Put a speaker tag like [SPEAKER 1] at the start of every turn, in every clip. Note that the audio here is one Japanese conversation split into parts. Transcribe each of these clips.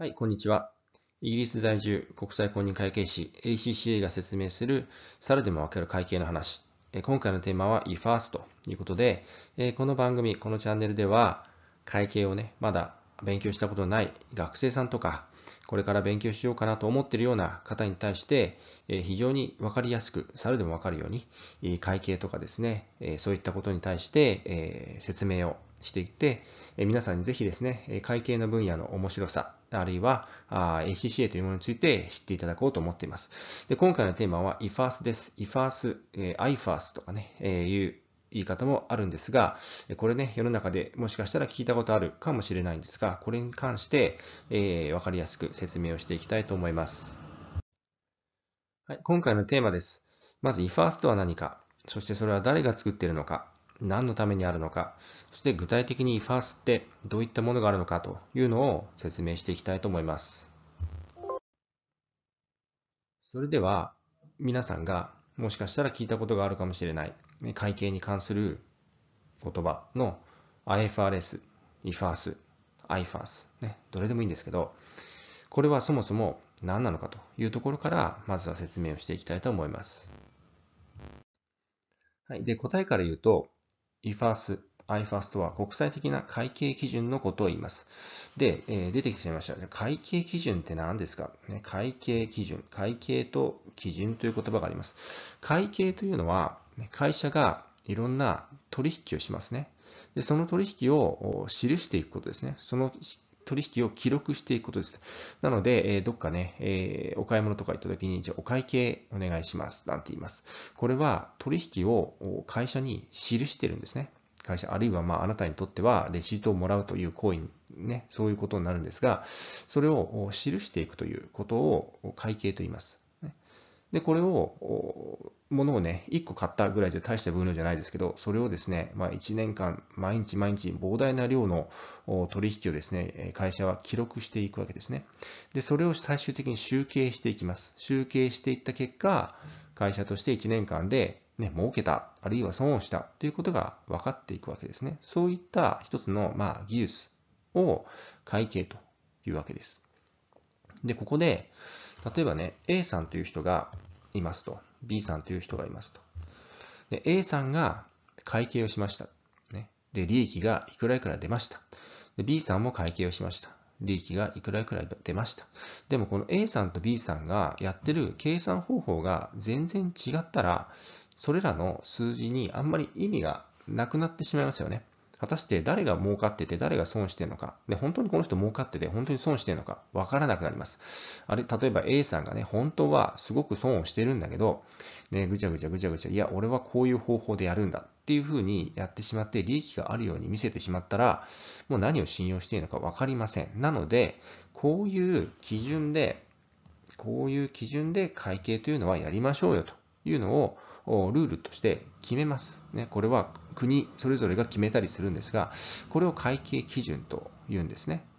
[SPEAKER 1] はい、こんにちは。イギリス在住国際公認会計士 ACCA が説明する猿でもわかる会計の話。今回のテーマは eFirst ということで、この番組、このチャンネルでは会計をね、まだ勉強したことのない学生さんとか、これから勉強しようかなと思っているような方に対して、非常にわかりやすく、猿でもわかるように、会計とかですね、そういったことに対して、説明をしていって、皆さんにぜひですね、会計の分野の面白さ、あるいはACCA というものについて知っていただこうと思っています。で、今回のテーマは eFirst です。eFirst、iFirst とかね、いう言い方もあるんですが、これね、世の中でもしかしたら聞いたことあるかもしれないんですが、これに関して、わかりやすく説明をしていきたいと思います。はい、今回のテーマです。まず eFirst は何か、そしてそれは誰が作っているのか、何のためにあるのか、そして具体的に eFirst ってどういったものがあるのかというのを説明していきたいと思います。それでは、皆さんがもしかしたら聞いたことがあるかもしれない、会計に関する言葉の IFRS、IFRS、IFRS、ね、どれでもいいんですけど、これはそもそも何なのかというところから、まずは説明をしていきたいと思います。はい。で、答えから言うと、IFRS、IFRS とは国際的な会計基準のことを言います。で、出てきてしまいました。会計基準って何ですか、ね、会計基準。会計と基準という言葉があります。会計というのは、会社がいろんな取引をしますね。で、その取引を記していくことですね。その取引を記録していくことです。なので、どっかね、お買い物とか行った時に、じゃあお会計お願いします。なんて言います。これは取引を会社に記してるんですね。会社、あるいはあなたにとってはレシートをもらうという行為ね、そういうことになるんですが、それを記していくということを会計と言います。で、これを、ものをね、1個買ったぐらいじゃ大した分量じゃないですけど、それをですね、1年間、毎日毎日膨大な量の取引をですね、会社は記録していくわけですね。で、それを最終的に集計していきます。集計していった結果、会社として1年間で、ね、儲けた、あるいは損をしたということが分かっていくわけですね。そういった一つの、技術を会計というわけです。で、ここで、例えばね、A さんという人がいますと。B さんという人がいますと。で、A さんが会計をしました。ね。で、利益がいくらいくら出ました。で、B さんも会計をしました。利益がいくらいくら出ました。でもこの A さんと B さんがやってる計算方法が全然違ったら、それらの数字にあんまり意味がなくなってしまいますよね。果たして誰が儲かってて誰が損してるのか、で本当にこの人儲かってて本当に損してるのかわからなくなります。例えば A さんがね、本当はすごく損をしてるんだけど、ね、ぐちゃぐちゃぐちゃぐちゃ、いや、俺はこういう方法でやるんだっていうふうにやってしまって利益があるように見せてしまったら、もう何を信用しているのかわかりません。なので、こういう基準で会計というのはやりましょうよというのをルールとして決めます。ね、これは国それぞれが決めたりするんですが、これを会計基準というんですね。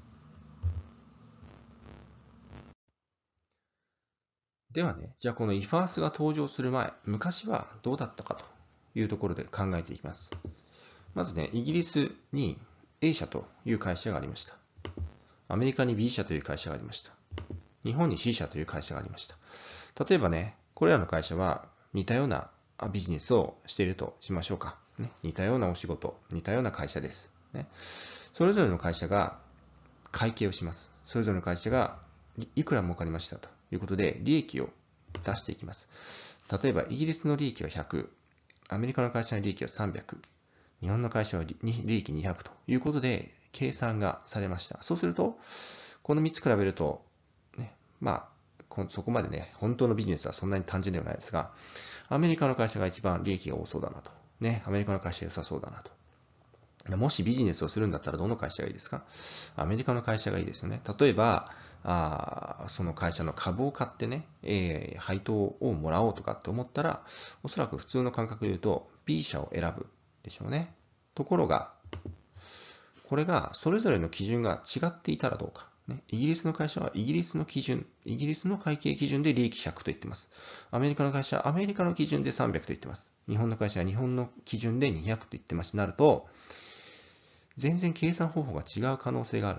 [SPEAKER 1] ではね、じゃあこの IFRS が登場する前、昔はどうだったかというところで考えていきます。まずね、イギリスに A 社という会社がありました。アメリカに B 社という会社がありました。日本に C 社という会社がありました。例えばね、これらの会社は似たようなビジネスをしているとしましょうか。ね、似たようなお仕事、似たような会社です。ね、それぞれの会社が会計をします。それぞれの会社がいくら儲かりましたということで利益を出していきます。例えばイギリスの利益は100、アメリカの会社の利益は300、日本の会社は利益200ということで計算がされました。そうすると、この3つ比べると、ね、そこまでね、本当のビジネスはそんなに単純ではないですが、アメリカの会社が一番利益が多そうだなと。ね、アメリカの会社良さそうだなと。もしビジネスをするんだったらどの会社がいいですか？アメリカの会社がいいですよね。例えば、その会社の株を買ってね、配当をもらおうとかって思ったら、おそらく普通の感覚で言うと B 社を選ぶでしょうね。ところが、これがそれぞれの基準が違っていたらどうか。ね、イギリスの会社はイギリスの基準、イギリスの会計基準で利益100と言っています。アメリカの会社はアメリカの基準で300と言っています。日本の会社は日本の基準で200と言ってます。なると、全然計算方法が違う可能性があるんです。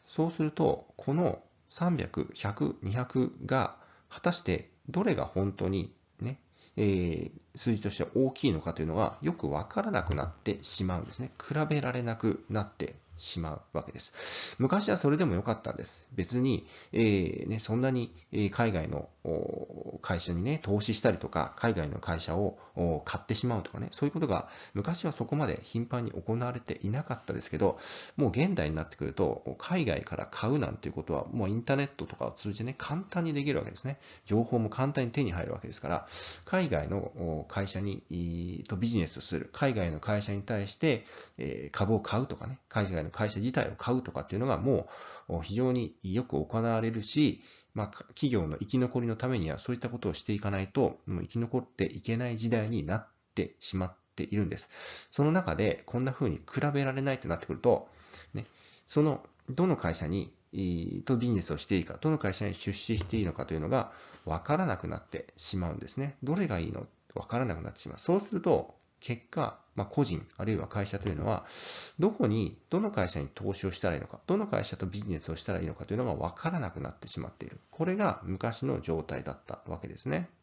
[SPEAKER 1] そうすると、この300、100、200が果たしてどれが本当にね、数字としては大きいのかというのがよくわからなくなってしまうんですね。比べられなくなってしまうわけです。昔はそれでもよかったんです。別に、そんなに海外の会社にね、投資したりとか、海外の会社を買ってしまうとかね、そういうことが昔はそこまで頻繁に行われていなかったですけど、もう現代になってくると、海外から買うなんていうことは、もうインターネットとかを通じてね、簡単にできるわけですね。情報も簡単に手に入るわけですから、海外の会社にビジネスをする、海外の会社に対して株を買うとかね、海外の会社自体を買うとかっていうのがもう非常によく行われるし、企業の生き残りのためにはそういったことをしていかないと、もう生き残っていけない時代になってしまっているんです。その中で、こんな風に比べられないとなってくると、ね、どの会社にとビジネスをしていいか、どの会社に出資していいのかというのが分からなくなってしまうんですね。どれがいいの分からなくなってしまう。そうすると、結果、個人、あるいは会社というのは、どの会社に投資をしたらいいのか、どの会社とビジネスをしたらいいのかというのが分からなくなってしまっている。これが昔の状態だったわけですね。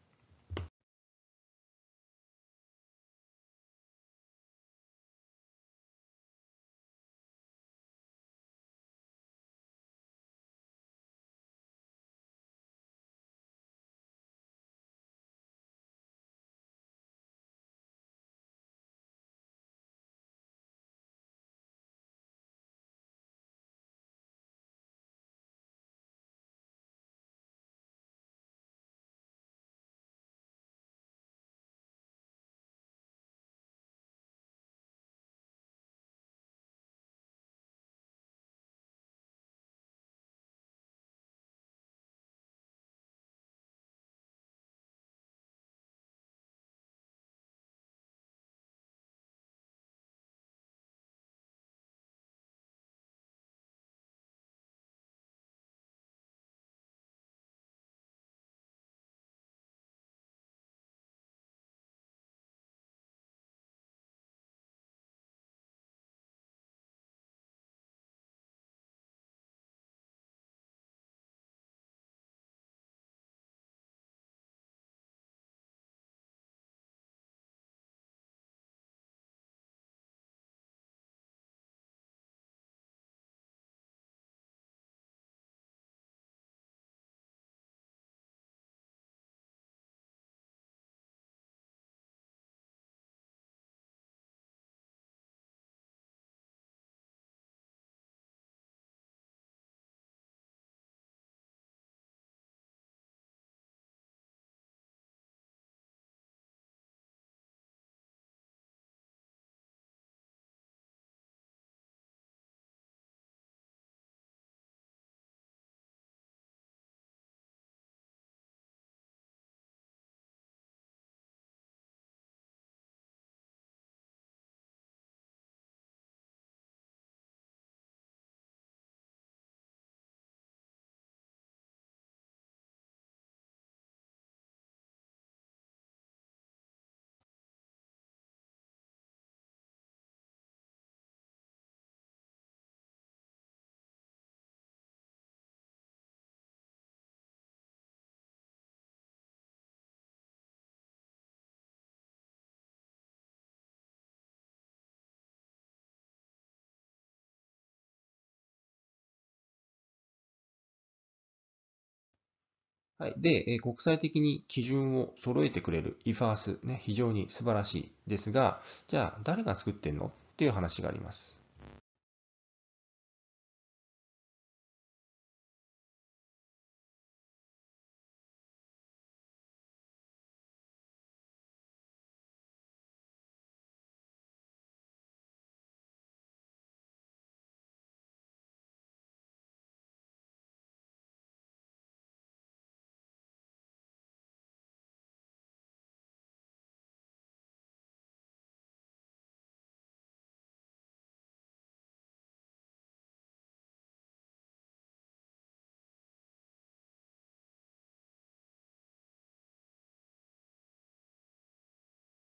[SPEAKER 1] はい。で、国際的に基準を揃えてくれる IFRS、ね、非常に素晴らしいですが、じゃあ誰が作ってんのっていう話があります。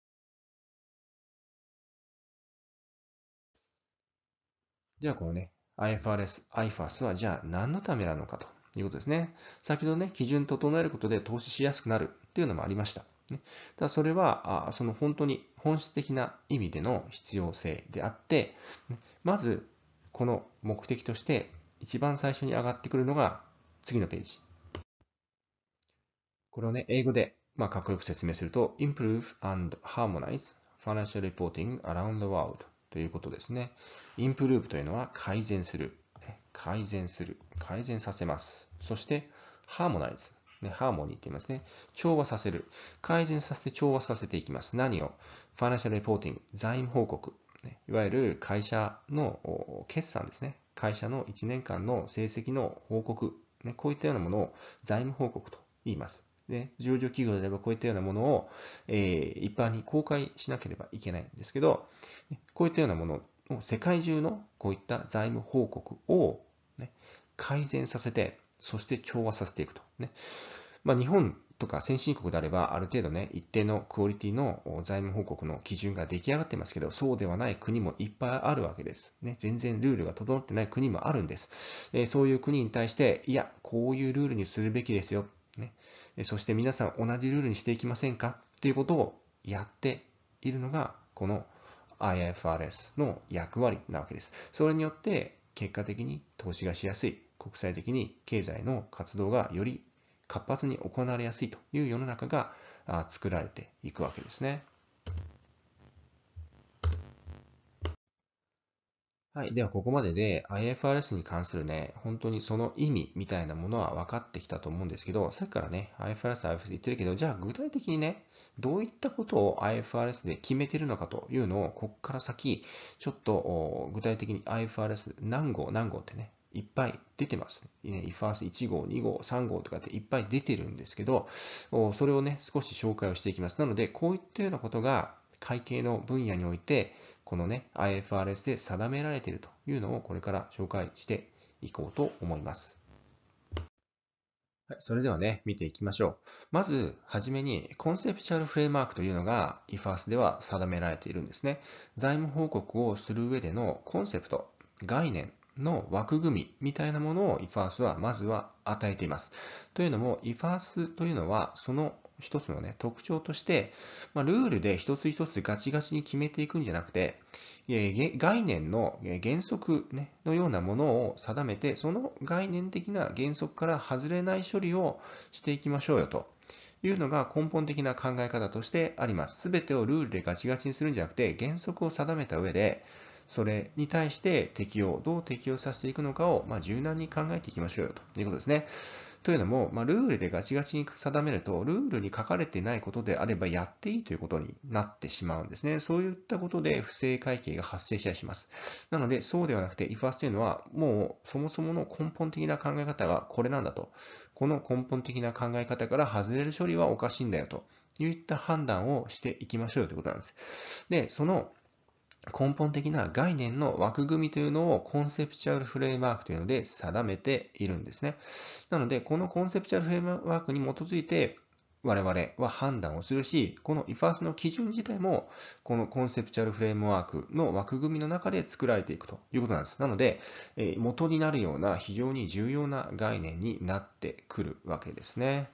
[SPEAKER 1] ではこのね、 IFRS、IFAS はじゃあ何のためなのかということですね。先ほどね、基準整えることで投資しやすくなるっていうのもありました。だそれは、その本当に本質的な意味での必要性であって、まず、この目的として一番最初に上がってくるのが次のページ。これをね、英語で、かっこよく説明すると、Improve and Harmonize Financial Reporting Around the World ということですね。Improve というのは改善する。改善する。改善させます。そして、Harmonize。ハーモニーって言いますね。調和させる。改善させて調和させていきます。何を ?Financial Reporting、財務報告。いわゆる会社の決算ですね。会社の1年間の成績の報告。こういったようなものを財務報告と言います。で、上場企業であればこういったようなものを、一般に公開しなければいけないんですけど、こういったようなものを世界中のこういった財務報告を、改善させて、そして調和させていくと。日本とか先進国であれば、ある程度ね、一定のクオリティの財務報告の基準が出来上がってますけど、そうではない国もいっぱいあるわけです。全然ルールが整ってない国もあるんです。そういう国に対して、いや、こういうルールにするべきですよ。そして皆さん同じルールにしていきませんかということをやっているのが、この IFRS の役割なわけです。それによって、結果的に投資がしやすい、国際的に経済の活動がより活発に行われやすいという世の中が作られていくわけですね。はい。では、ここまでで IFRS に関するね、本当にその意味みたいなものは分かってきたと思うんですけど、さっきからね、IFRS 言ってるけど、じゃあ具体的にね、どういったことを IFRS で決めてるのかというのを、ここから先、ちょっと具体的に IFRS 何号ってね、いっぱい出てます。IFRS 1号、2号、3号とかっていっぱい出てるんですけど、それをね、少し紹介をしていきます。なので、こういったようなことが会計の分野において、このね、IFRS で定められているというのをこれから紹介していこうと思います。はい、それではね、見ていきましょう。まず、はじめに、コンセプチュアルフレームワークというのが IFRS では定められているんですね。財務報告をする上でのコンセプト、概念の枠組みみたいなものを IFRS はまずは与えています。というのも、IFRS というのは、その一つのね、特徴として、ルールで一つ一つガチガチに決めていくんじゃなくて、概念の原則、のようなものを定めて、その概念的な原則から外れない処理をしていきましょうよというのが根本的な考え方としてあります。すべてをルールでガチガチにするんじゃなくて、原則を定めた上で、それに対してどう適用させていくのかを、柔軟に考えていきましょうよということですね。というのも、ルールでガチガチに定めると、ルールに書かれていないことであればやっていいということになってしまうんですね。そういったことで不正会計が発生したりします。なので、そうではなくて、IFRS というのは、もうそもそもの根本的な考え方がこれなんだと。この根本的な考え方から外れる処理はおかしいんだよといった判断をしていきましょうということなんです。で、その根本的な概念の枠組みというのをコンセプチュアルフレームワークというので定めているんですね。なので、このコンセプチュアルフレームワークに基づいて我々は判断をするし、この IFRS の基準自体も、このコンセプチュアルフレームワークの枠組みの中で作られていくということなんです。なので、元になるような非常に重要な概念になってくるわけですね。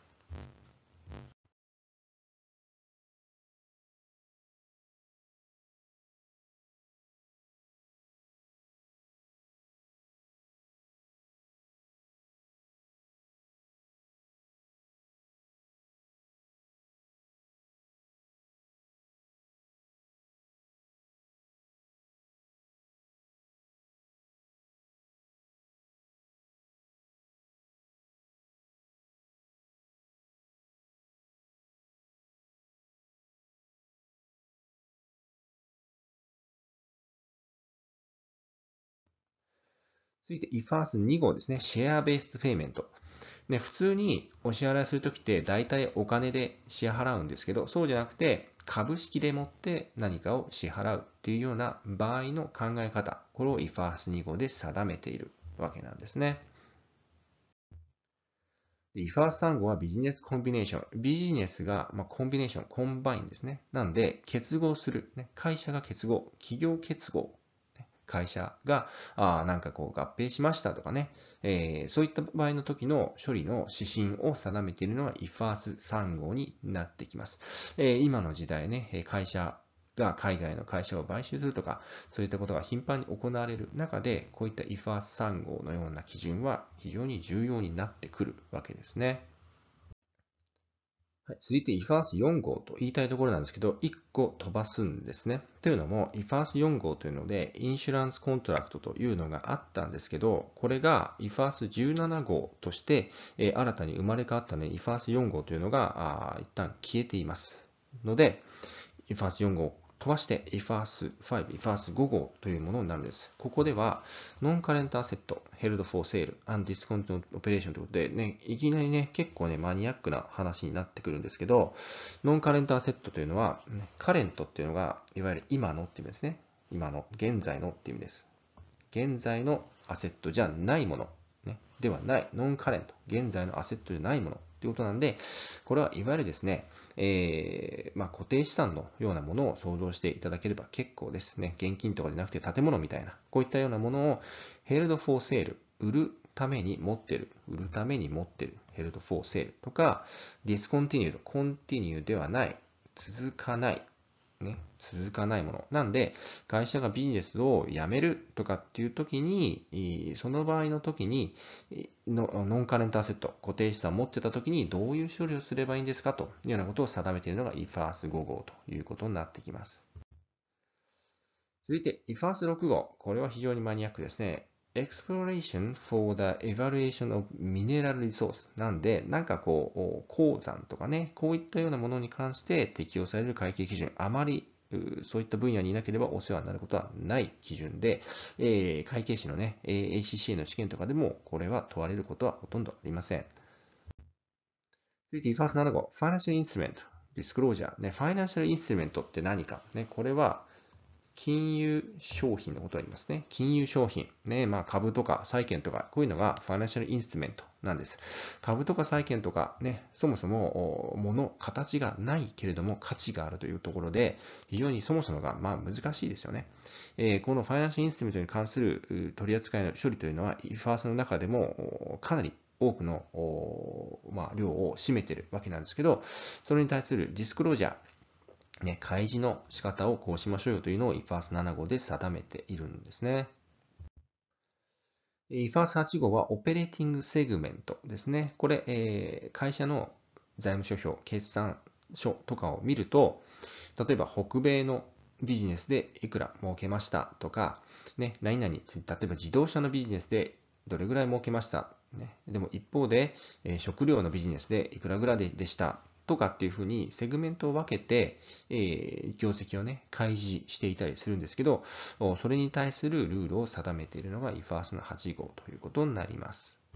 [SPEAKER 1] 続いて IFRS2 号ですね。シェアベースペイメント。普通にお支払いするときって大体お金で支払うんですけど、そうじゃなくて株式でもって何かを支払うっていうような場合の考え方、これを IFRS2 号で定めているわけなんですね。IFRS3 号はビジネスコンビネーション。ビジネスが、コンビネーション、コンバインですね。なんで、結合する。会社が結合、企業結合会社が、なんかこう合併しましたとかね、そういった場合の時の処理の指針を定めているのが IFRS3 号になってきます。今の時代ね、会社が海外の会社を買収するとか、そういったことが頻繁に行われる中で、こういった IFRS3 号のような基準は非常に重要になってくるわけですね。はい、続いて IFRS4 号と言いたいところなんですけど、1個飛ばすんですね。というのも、IFRS4 号というので、インシュランスコントラクトというのがあったんですけど、これが IFRS17 号として、新たに生まれ変わったので、IFRS4 号というのが一旦消えていますので、IFRS4 号飛ばして IFRS5、IFRS5 号というものになるんです。ここでは、ノンカレントアセット、held for sale and discontinued operation ということで、ね、いきなりね、結構ね、マニアックな話になってくるんですけど、ノンカレントアセットというのは、カレントっていうのが、いわゆる今のっていう意味ですね。今の、現在のっていう意味です。現在のアセットじゃないもの、ね、ではない、ノンカレント、現在のアセットじゃないものということなんで、これはいわゆるですね、固定資産のようなものを想像していただければ結構ですね。現金とかじゃなくて建物みたいな、こういったようなものを held for sale、売るために持ってる、売るために持ってる、held for sale とか、discontinued、continue ではない、続かない、ね、続かないもの。なんで、会社がビジネスを辞めるとかっていう時に、その場合の時に、ノンカレントアセット、固定資産を持ってた時にどういう処理をすればいいんですかというようなことを定めているのが IFRS5 号ということになってきます。続いて IFRS6 号。これは非常にマニアックですね。Exploration for the Evaluation of Mineral Resource なんで、なんかこう、鉱山とかね、こういったようなものに関して適用される会計基準、あまりそういった分野にいなければお世話になることはない基準で、会計士のね、ACCA の試験とかでもこれは問われることはほとんどありません。続いて IFRS7 号、Financial Instrument Disclosure、ね。Financial Instrument って何か、ね、これは金融商品のことを言いますね。金融商品。ね、株とか債券とか、こういうのがファイナンシャルインストゥメントなんです。株とか債券とかね、そもそも形がないけれども価値があるというところで、非常にそもそもが難しいですよね。このファイナンシャルインストゥメントに関する取り扱いの処理というのは、IFRS の中でもかなり多くの、量を占めているわけなんですけど、それに対するディスクロージャー、ね、開示の仕方をこうしましょうよというのを IFRS7 号で定めているんですね。IFRS8 号はオペレーティングセグメントですね。これ、会社の財務諸表、決算書とかを見ると、例えば北米のビジネスでいくら儲けましたとか、ね、何々、例えば自動車のビジネスでどれぐらい儲けました。ね、でも一方で、食料のビジネスでいくらぐらいでしたとかっていうふうにセグメントを分けて、業績をね、開示していたりするんですけど、それに対するルールを定めているのが IFRS の8号ということになります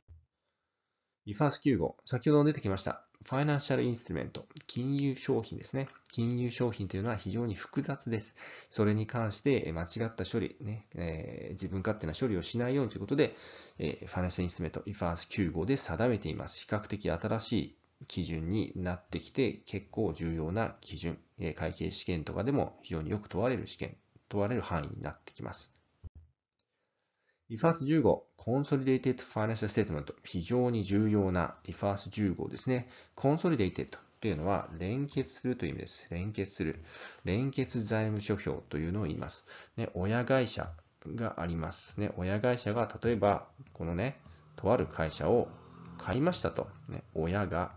[SPEAKER 1] 。IFRS9 号、先ほど出てきました。ファイナンシャルインストゥメント、金融商品ですね。金融商品というのは非常に複雑です。それに関して間違った処理、ね自分勝手な処理をしないようにということで、ファイナンシャルインストゥメント IFRS9 号で定めています。比較的新しい基準になってきて、結構重要な基準、会計試験とかでも非常によく問われる範囲になってきます。IFRS 15、Consolidated Financial Statement、非常に重要な IFRS 15ですね。Consolidated というのは連結するという意味です。連結する。連結財務諸表というのを言います。ね、親会社があります。ね、親会社が例えば、このね、とある会社を買いましたと。ね、親が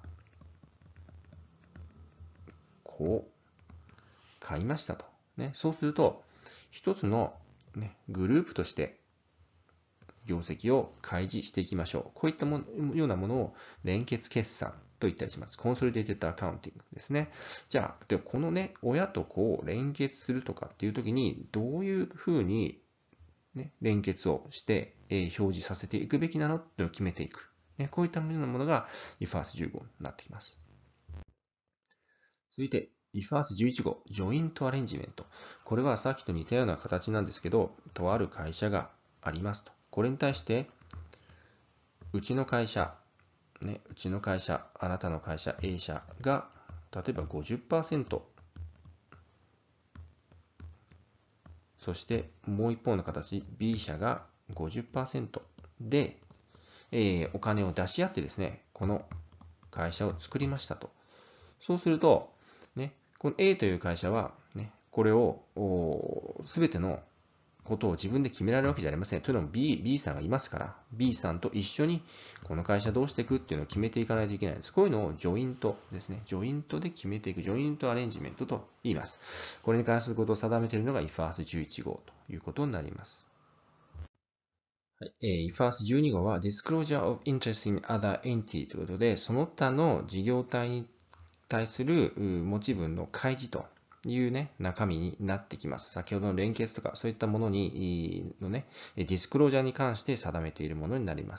[SPEAKER 1] こう買いましたと。ね、そうすると、一つの、ね、グループとして業績を開示していきましょう。こういったようなものを連結決算と言ったりします。コンソリデーテッドアカウンティングですね。じゃあ、でこのね、親と子を連結するとかっていうときに、どういうふうに、ね、連結をして、表示させていくべきなのっていうのを決めていく。ね、こういったようなものが IFRS15 になってきます。続いて、IFRS11 号、ジョイントアレンジメント。これはさっきと似たような形なんですけど、とある会社がありますと。これに対して、うちの会社、あなたの会社 A 社が、例えば50%、 そしてもう一方の形、B 社が 50% で、お金を出し合ってですね、この会社を作りましたと。そうすると、ね、この A という会社は、ね、これをすべてのことを自分で決められるわけじゃありません。というのも B さんがいますから、B さんと一緒にこの会社どうしていくっていうのを決めていかないといけないんです。こういうのをジョイントですね。ジョイントで決めていく、ジョイントアレンジメントと言います。これに関することを定めているのが IFRS11 号ということになります。はい、IFRS12 号は Disclosure of Interest in Other Entity ということで、その他の事業体に対する持ち分の開示というね、中身になってきます。先ほどの連結とかそういったもののね、ディスクロージャーに関して定めているものになります。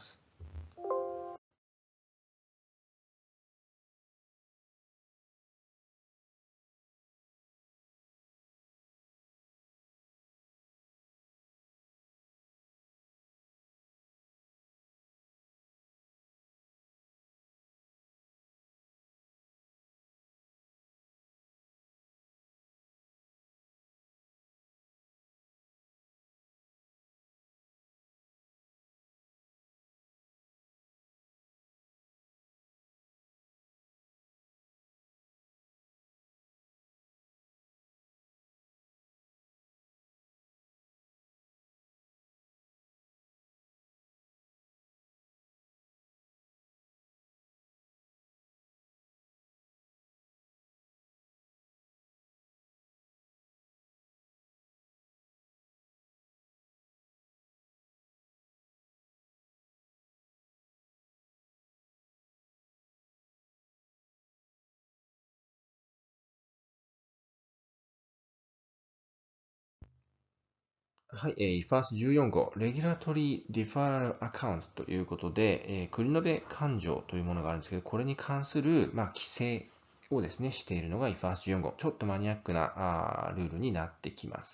[SPEAKER 1] はい、IFRS14 号、Regulatory Deferral Account ということで、繰延勘定というものがあるんですけど、これに関する、規制をですね、しているのが IFRS14 号。ちょっとマニアックなルールになってきます。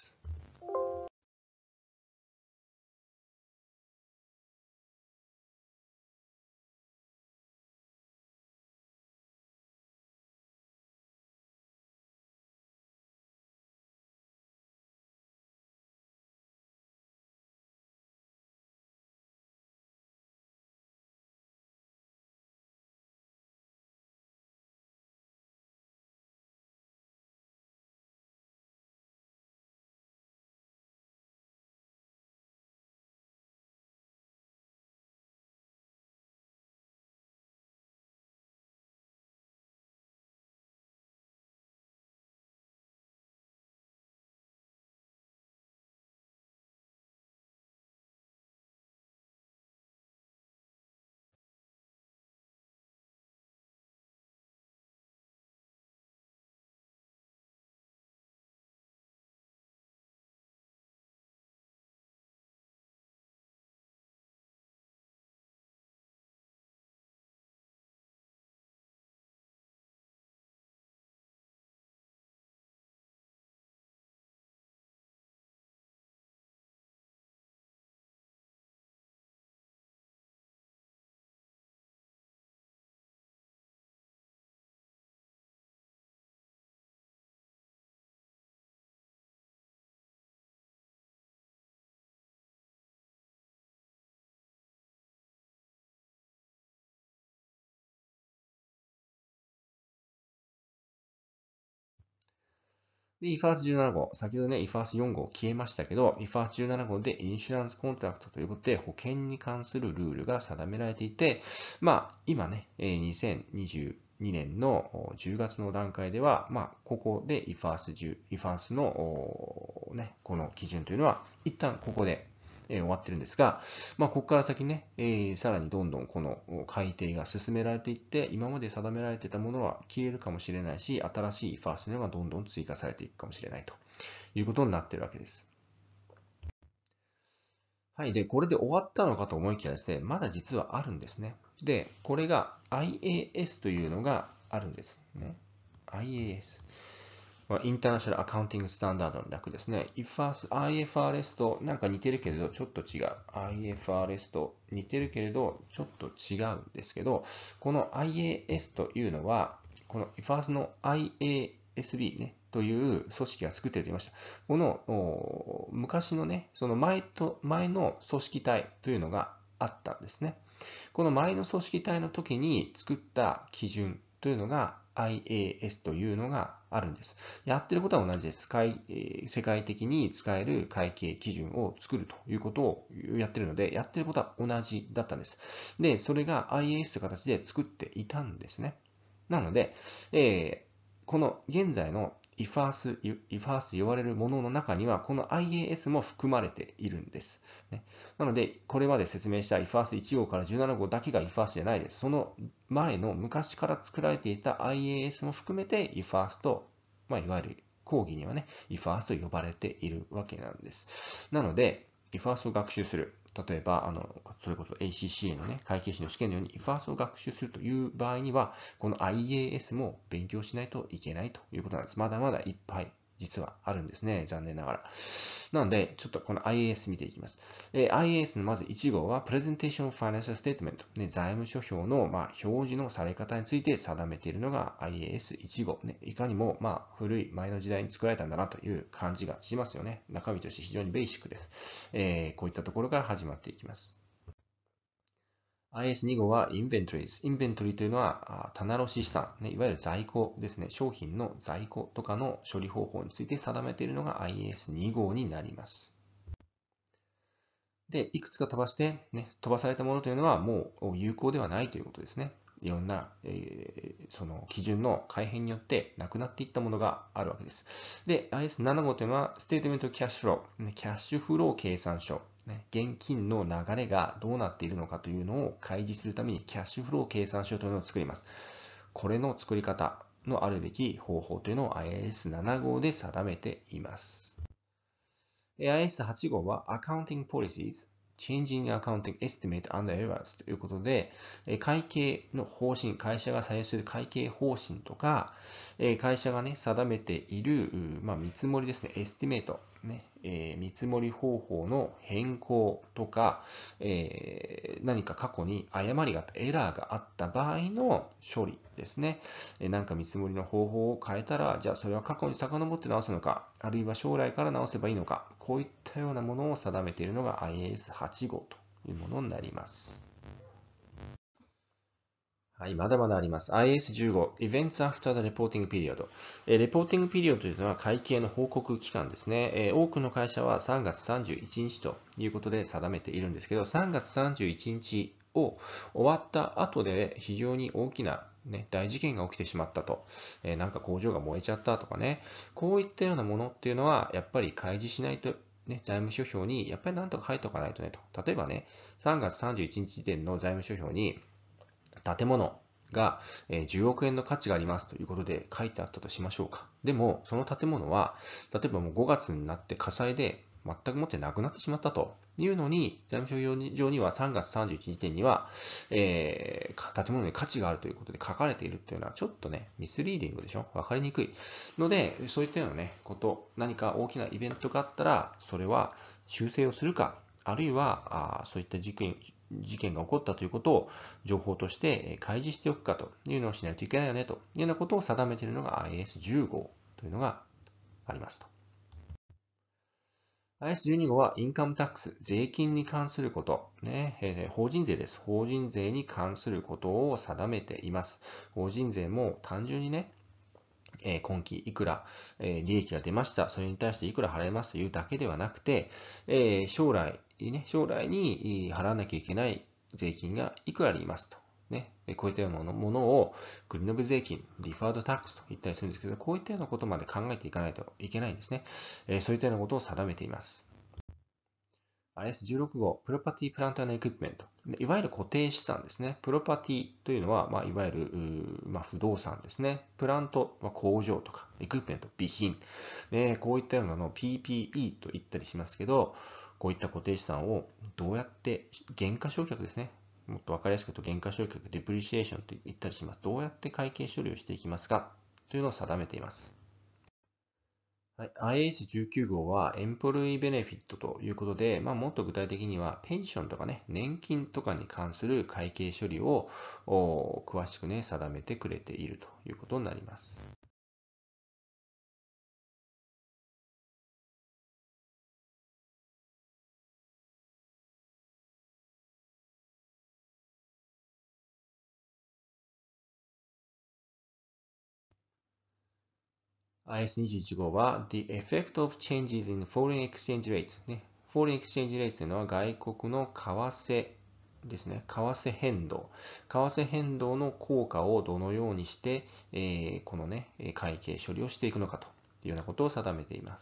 [SPEAKER 1] で、IFRS17 号、先ほどね、IFRS4 号消えましたけど、IFRS17 号でインシュランスコントラクトということで保険に関するルールが定められていて、今ね、2022年の10月の段階では、ここで IFRS の、ね、この基準というのは、一旦ここで終わってるんですが、ここから先ね、さらにどんどんこの改定が進められていって、今まで定められていたものは消えるかもしれないし、新しいファーストのがどんどん追加されていくかもしれないということになっているわけです。はい。で、これで終わったのかと思いきやですね、まだ実はあるんですね。で、これが IAS というのがあるんですね。IAS。インターナショナルアカウンティングスタンダードの略ですね。IFRS となんか似てるけれど、ちょっと違う。IFRS と似てるけれど、ちょっと違うんですけど、この IAS というのは、この IFRS の IA FASB、ね、という組織が作っていると言いました。この昔のね、その前の組織体というのがあったんですね。この前の組織体の時に作った基準というのが IAS というのがあるんです。やってることは同じです。世界的に使える会計基準を作るということをやってるので、やってることは同じだったんです。で、それが IAS という形で作っていたんですね。なので、この現在の IFRS と言われるものの中には、この IAS も含まれているんです。ね、なので、これまで説明した IFRS1 号から17号だけが IFRS じゃないです。その前の昔から作られていた IAS も含めて IFRS と、いわゆる講義にはね、IFRS と呼ばれているわけなんです。なので、IFRS を学習する。例えば、それこそ ACCA のね、会計士の試験のように IFRS を学習するという場合には、この IAS も勉強しないといけないということなんです。まだまだいっぱい実はあるんですね。残念ながら。なので、ちょっとこの IAS 見ていきます。IAS のまず1号は Presentation of Financial Statement、ね、財務諸表の、表示のされ方について定めているのが IAS1 号、ね。いかにも、古い前の時代に作られたんだなという感じがしますよね。中身として非常にベーシックです。こういったところから始まっていきます。IS2 号は Inventories。インベントリーというのは棚卸資産、ね、いわゆる在庫ですね。商品の在庫とかの処理方法について定めているのが IS2 号になります。で、いくつか飛ばして、ね、飛ばされたものというのはもう有効ではないということですね。いろんな、その基準の改変によってなくなっていったものがあるわけです。で、IS7 号というのは、ステートメントキャッシュフロー、キャッシュフロー計算書、現金の流れがどうなっているのかというのを開示するために、キャッシュフロー計算書というのを作ります。これの作り方のあるべき方法というのを IS7 号で定めています。IS8 号は Accounting Policies Changing Accounting Estimate and Errors ということで、会計の方針、会社が採用する会計方針とか、会社がね、定めている、見積もりですね、エスティメート、ね、見積もり方法の変更とか、何か過去に誤りがあった、エラーがあった場合の処理ですね。何か見積もりの方法を変えたら、じゃあそれは過去に遡って直すのか、あるいは将来から直せばいいのか、こういったようなものを定めているのが IAS8 号というものになります。はい、まだまだあります。IS15、Events After the Reporting Period。レポーティングピリオドというのは会計の報告期間ですね。多くの会社は3月31日ということで定めているんですけど、3月31日を終わった後で非常に大きな、大事件が起きてしまったと。なんか工場が燃えちゃったとかね。こういったようなものっていうのは、やっぱり開示しないと財務諸表にやっぱりなんとか書いておかないとねと。例えばね、3月31日時点の財務諸表に、建物が10億円の価値がありますということで書いてあったとしましょうか。でも、その建物は、例えばもう5月になって火災で全くもってなくなってしまったというのに、財務諸表上には3月31日時点には、建物に価値があるということで書かれているというのはちょっとね、ミスリーディングでしょ、わかりにくい。ので、そういったようなね、何か大きなイベントがあったら、それは修正をするか、あるいはそういった事件が起こったということを情報として開示しておくかというのをしないといけないよねというようなことを定めているのが IS10 号というのがありますと。IS12 号はインカムタックス、税金に関すること、法人税です。法人税に関することを定めています。法人税も単純にね、今期いくら利益が出ました。それに対していくら払いますというだけではなくて、将来に払わなきゃいけない税金がいくらありますと。こういったようなものを繰り延べ税金、ディファードタックスと言ったりするんですけど、こういったようなことまで考えていかないといけないんですね。そういったようなことを定めています。IS16 号、プロパティプラントエクイプメント。いわゆる固定資産ですね。プロパティというのは、いわゆる不動産ですね。プラントは工場とか、エクイプメント、備品。こういったようなのを PPE と言ったりしますけど、こういった固定資産をどうやって減価償却ですね。もっと分かりやすく言うと減価償却、デプリシエーションと言ったりします。どうやって会計処理をしていきますかというのを定めています。はい、IS19 号はエンプロイベネフィットということで、もっと具体的にはペンションとかね、年金とかに関する会計処理を詳しくね、定めてくれているということになります。 IS21 号は The effect of changes in foreign exchange rates ね。foreign exchange rates というのは外国の為替ですね。為替変動。為替変動の効果をどのようにして、このね、会計処理をしていくのかというようなことを定めています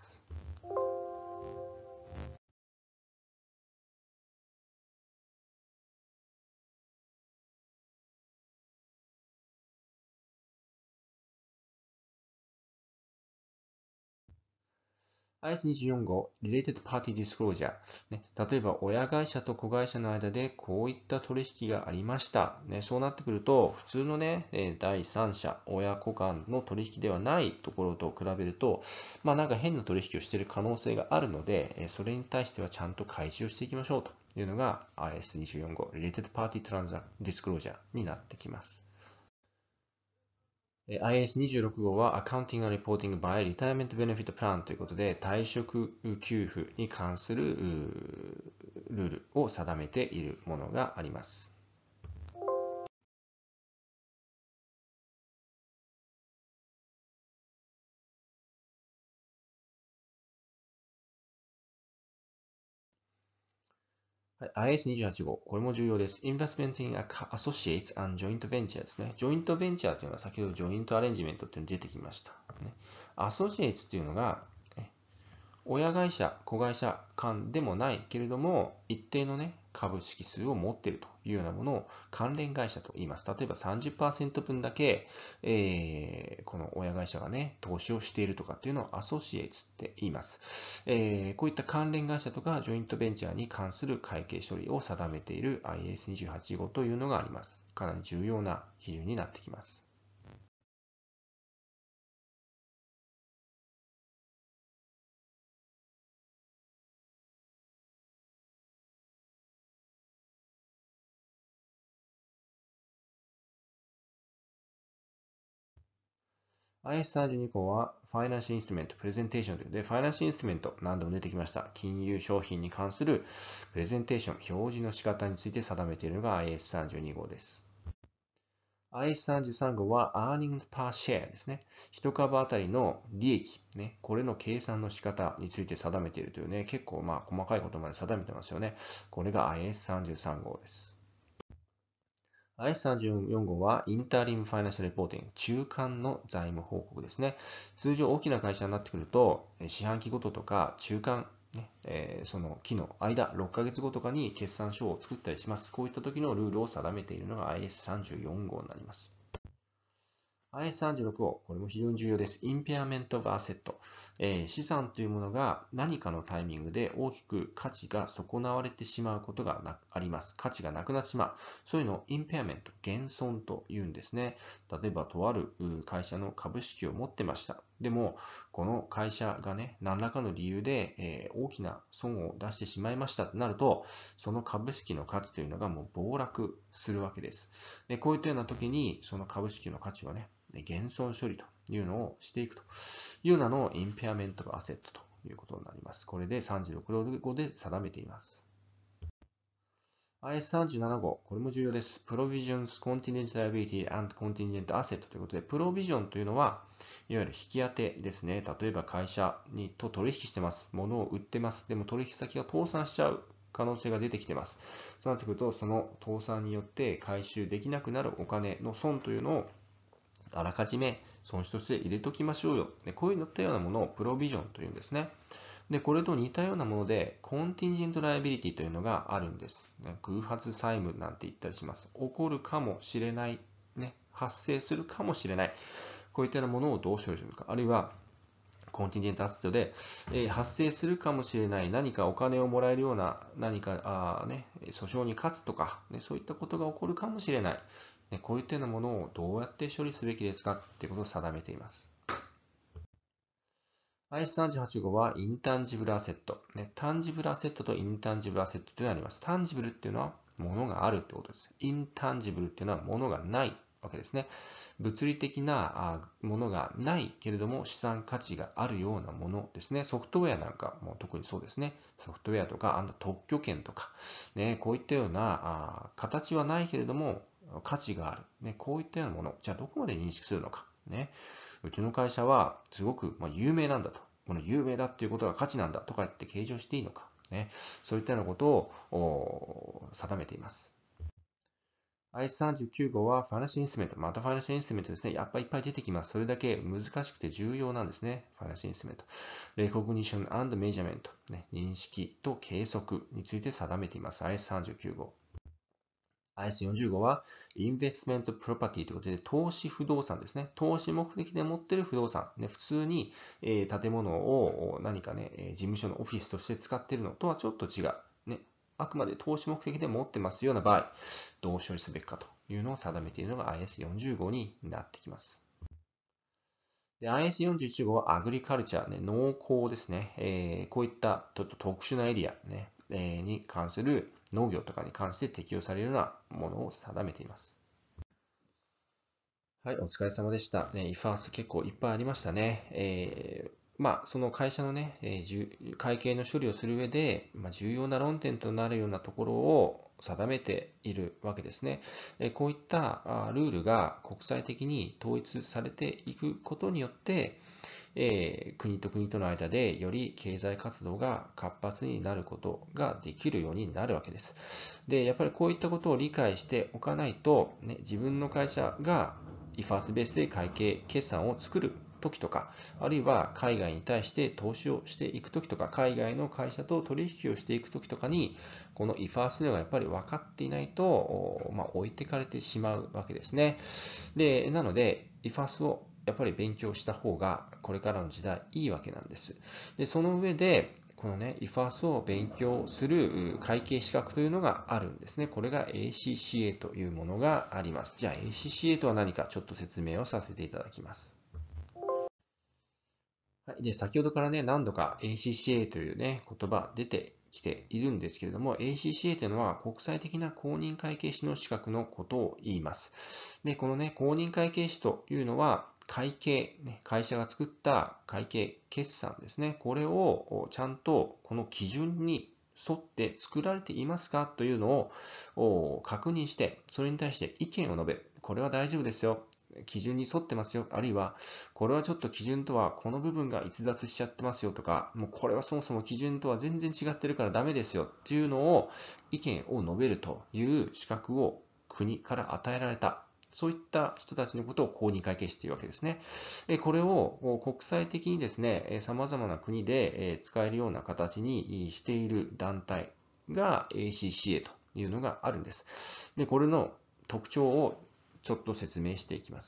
[SPEAKER 1] 。IS24 号 Related Party Disclosure、ね、例えば親会社と子会社の間でこういった取引がありました、ね、そうなってくると普通のね第三者親子間の取引ではないところと比べるとなんか変な取引をしている可能性があるのでそれに対してはちゃんと開示をしていきましょうというのが IS24 号 Related Party Disclosure になってきます。IS26 号は Accounting and Reporting by Retirement Benefit Plan ということで、退職給付に関するルールを定めているものがあります。IS28 号、これも重要です。Investment in Associates and Joint Venture ですね。ジョイントベンチャーというのは先ほどジョイントアレンジメントというのが出てきました。アソシエイツというのが、親会社、子会社間でもないけれども、一定のね、株式数を持っているというようなものを関連会社と言います。例えば30%分だけ、この親会社がね、投資をしているとかっていうのをアソシエイツって言います。こういった関連会社とかジョイントベンチャーに関する会計処理を定めている IS28 号というのがあります。かなり重要な基準になってきます。IS32 項は Financial Instrument Presentation というので、Financial Instrument 何度も出てきました。金融商品に関するプレゼンテーション、表示の仕方について定めているのが IS32 号です。IS33 号は Earnings per Share ですね。一株当たりの利益、ね、これの計算の仕方について定めているというね、結構細かいことまで定めてますよね。これが IS33 号です。IS34 号はインターリムファイナンシャルレポーティング、中間の財務報告ですね。通常大きな会社になってくると、四半期ごととか中間、その期の間、6ヶ月後とかに決算書を作ったりします。こういった時のルールを定めているのが IS34 号になります。IS36 号、これも非常に重要です。Impairment of Asset、資産というものが何かのタイミングで大きく価値が損なわれてしまうことがあります。価値がなくなってしまう。そういうのを Impairment、減損というんですね。例えば、とある会社の株式を持ってました。でも、この会社がね、何らかの理由で、大きな損を出してしまいましたとなると、その株式の価値というのがもう暴落するわけです。で、こういったような時に、その株式の価値をね、減損処理というのをしていくというのをインペアメントアセットということになります。これで36号で定めています。IS37 号、これも重要です。Provisions, Contingent Liability and Contingent Asset ということで、プロビジョンというのは、いわゆる引き当てですね。例えば会社と取引してます。物を売ってます。でも取引先が倒産しちゃう可能性が出てきてます。そうなってくると、その倒産によって回収できなくなるお金の損というのをあらかじめ損失として入れときましょうよ。こういったようなものをプロビジョンというんですね。で、これと似たようなもので、コンティンジェントライビリティというのがあるんです。偶発債務なんて言ったりします。起こるかもしれない、発生するかもしれない。こういったようなものをどう処理するか。あるいは、コンティンジェントアセットで、発生するかもしれない何かお金をもらえるような何か訴訟に勝つとか、そういったことが起こるかもしれない。こういったようなものをどうやって処理すべきですかということを定めています。IS38 号はインタンジブルアセット。タンジブルアセットとインタンジブルアセットというのがあります。タンジブルっていうのは物があるってことです。インタンジブルっていうのは物がないわけですね。物理的なものがないけれども資産価値があるようなものですね。ソフトウェアなんかも特にそうですね。ソフトウェアとか特許権とか、こういったような形はないけれども価値がある、こういったようなもの。じゃあどこまで認識するのか。 うちの会社はすごく有名なんだと。この有名だっていうことが価値なんだとか言って計上していいのか。ね。そういったようなことを定めています。IS39 号はファイナンシャルインストゥメント。またファイナンシャルインストゥメントですね。やっぱりいっぱい出てきます。それだけ難しくて重要なんですね。ファイナンシャルインストゥメント。Recognition and Measurement、ね。認識と計測について定めています。IS39 号。IS40 号は Investment Property ということで、投資不動産ですね。投資目的で持っている不動産。ね、普通に、建物を何かね、事務所のオフィスとして使っているのとはちょっと違う。ね、あくまで投資目的で持ってますような場合、どう処理すべきかというのを定めているのが IS40 号になってきます。で、IS41 号はアグリカルチャー、ね、農耕ですね。こういったちょっと特殊なエリア、ねに関する農業とかに関して適用されるようなものを定めています。はい、お疲れ様でした。IFRS 結構いっぱいありましたね。その会社のね、会計の処理をする上で、重要な論点となるようなところを定めているわけですね。こういったルールが国際的に統一されていくことによって、国と国との間でより経済活動が活発になることができるようになるわけです。で、やっぱりこういったことを理解しておかないと、ね、自分の会社が IFRS ベースで会計決算を作る時とか、あるいは海外に対して投資をしていく時とか、海外の会社と取引をしていく時とかに、この IFRS ではやっぱり分かっていないと、置いてかれてしまうわけですね。で、なので、IFRS をやっぱり勉強した方がこれからの時代いいわけなんです。で、その上で、このね、IFRS を勉強する会計資格というのがあるんですね。これが ACCA というものがあります。じゃあ ACCA とは何かちょっと説明をさせていただきます。はい、で、先ほどからね、何度か ACCA というね、言葉出てきているんですけれども、ACCA というのは国際的な公認会計士の資格のことを言います。で、このね、公認会計士というのは、会計、ね、会社が作った会計決算ですね。これをちゃんとこの基準に沿って作られていますかというのを確認して、それに対して意見を述べる。これは大丈夫ですよ。基準に沿ってますよ。あるいは、これはちょっと基準とはこの部分が逸脱しちゃってますよとか、もうこれはそもそも基準とは全然違ってるからダメですよっていうのを意見を述べるという資格を国から与えられた。そういった人たちのことを公認会計士というわけですね。これを国際的にですね、様々な国で使えるような形にしている団体が ACCA というのがあるんです。で、これの特徴をちょっと説明していきます。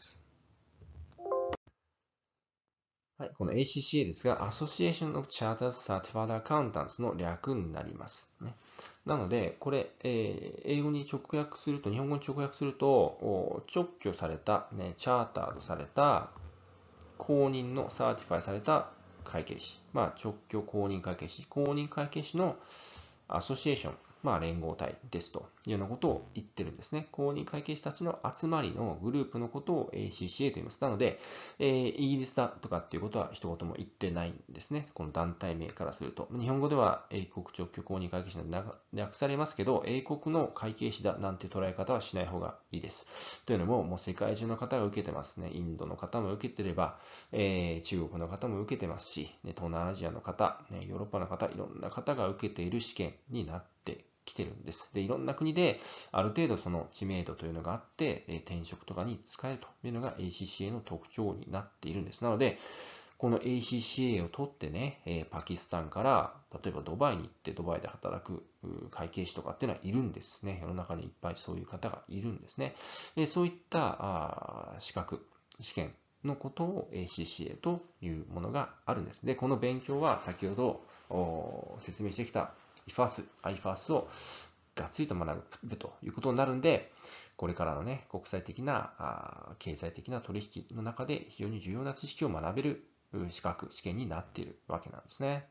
[SPEAKER 1] はい、この ACCA ですが、Association of Chartered Certified Accountants の略になります。ね、なので、これ、英語に直訳すると、日本語に直訳すると、直居された、ね、チャータードされた、公認のサーティファイされた会計士、直居公認会計士、公認会計士のアソシエーション、連合体ですというようなことを言ってるんですね。公認会計士たちの集まりのグループのことを ACCA と言います。なので、イギリスだとかっていうことは一言も言ってないんですね。この団体名からすると。日本語では英国直居公認会計士で略されますけど、英国の会計士だなんて捉え方はしない方がいいです。というのも、もう世界中の方が受けてますね。インドの方も受けてれば、中国の方も受けてますし、東南アジアの方、ヨーロッパの方、いろんな方が受けている試験になってきてるんです。で、いろんな国である程度その知名度というのがあって、転職とかに使えるというのが ACCA の特徴になっているんです。なので、この ACCA を取ってね、パキスタンから例えばドバイに行ってドバイで働く会計士とかっていうのはいるんですね。世の中にいっぱいそういう方がいるんですね。そういった資格、試験のことを ACCA というものがあるんです。で、この勉強は先ほど説明してきた IFRS をがっつりと学ぶということになるんで、これからのね、国際的な経済的な取引の中で非常に重要な知識を学べる資格、試験になっているわけなんですね。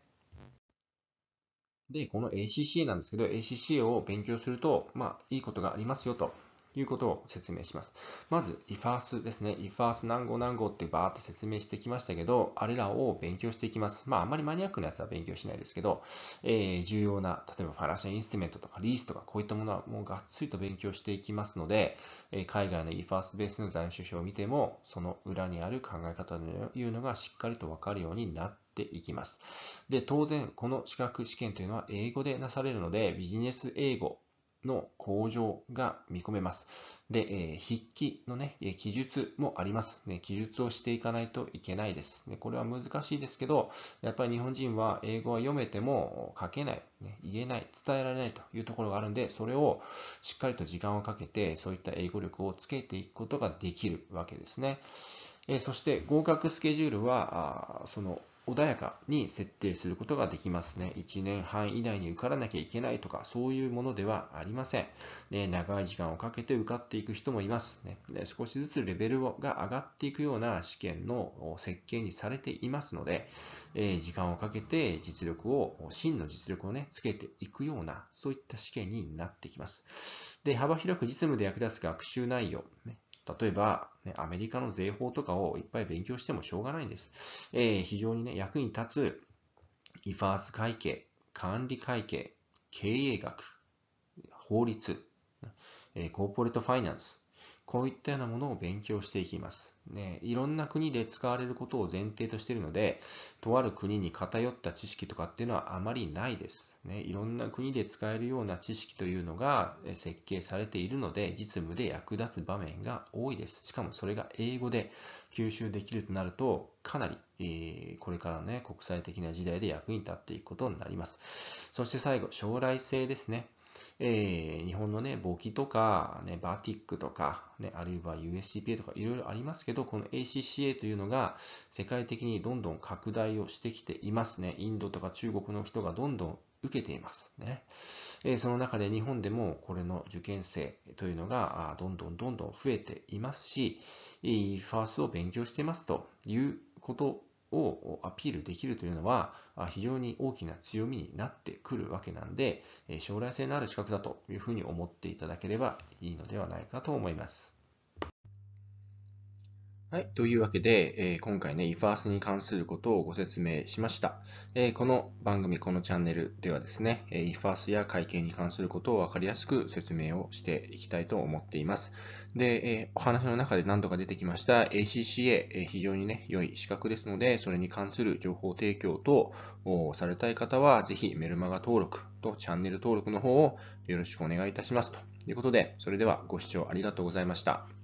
[SPEAKER 1] で、この ACCA なんですけど、ACCA を勉強すると、いいことがありますよということを説明します。まず、IFRS ですね。IFRS 何号何号ってバーって説明してきましたけど、あれらを勉強していきます。あんまりマニアックなやつは勉強しないですけど、重要な、例えばファイナンシャルインストゥメントとかリースとか、こういったものはもうがっつりと勉強していきますので、海外の IFRS ベースの財務諸表を見ても、その裏にある考え方というのがしっかりとわかるようになっていきます。で、当然、この資格試験というのは英語でなされるので、ビジネス英語の向上が見込めます。で、筆記のね、記述もあります。ね、記述をしていかないといけないです。ね、これは難しいですけど、やっぱり日本人は英語は読めても書けない、ね、言えない、伝えられないというところがあるんで、それをしっかりと時間をかけて、そういった英語力をつけていくことができるわけですね。そして合格スケジュールは、その穏やかに設定することができますね。1年半以内に受からなきゃいけないとか、そういうものではありません。長い時間をかけて受かっていく人もいますね。少しずつレベルが上がっていくような試験の設計にされていますので、時間をかけて真の実力をね、つけていくような、そういった試験になってきます。で、幅広く実務で役立つ学習内容、ね、例えば、ね、アメリカの税法とかをいっぱい勉強してもしょうがないんです。非常にね、役に立つIFRS 会計、管理会計、経営学、法律、コーポレートファイナンス、こういったようなものを勉強していきます。ね、いろんな国で使われることを前提としているので、とある国に偏った知識とかっていうのはあまりないです。ね、いろんな国で使えるような知識というのが設計されているので、実務で役立つ場面が多いです。しかもそれが英語で吸収できるとなると、かなり、これからのね、国際的な時代で役に立っていくことになります。そして最後、将来性ですね。日本のね、簿記とか、ね、バティックとか、ね、あるいは USCPA とかいろいろありますけど、この ACCA というのが世界的にどんどん拡大をしてきていますね。インドとか中国の人がどんどん受けていますね。その中で日本でもこれの受験生というのがどんどん増えていますし、ファーストを勉強していますということをアピールできるというのは非常に大きな強みになってくるわけなんで、将来性のある資格だというふうに思っていただければいいのではないかと思います。はい。というわけで、今回ね、IFRS に関することをご説明しました。この番組、このチャンネルではですね、IFRS や会計に関することを分かりやすく説明をしていきたいと思っています。で、お話の中で何度か出てきました ACCA、非常にね、良い資格ですので、それに関する情報提供等をされたい方は、ぜひメルマガ登録とチャンネル登録の方をよろしくお願いいたします。ということで、それではご視聴ありがとうございました。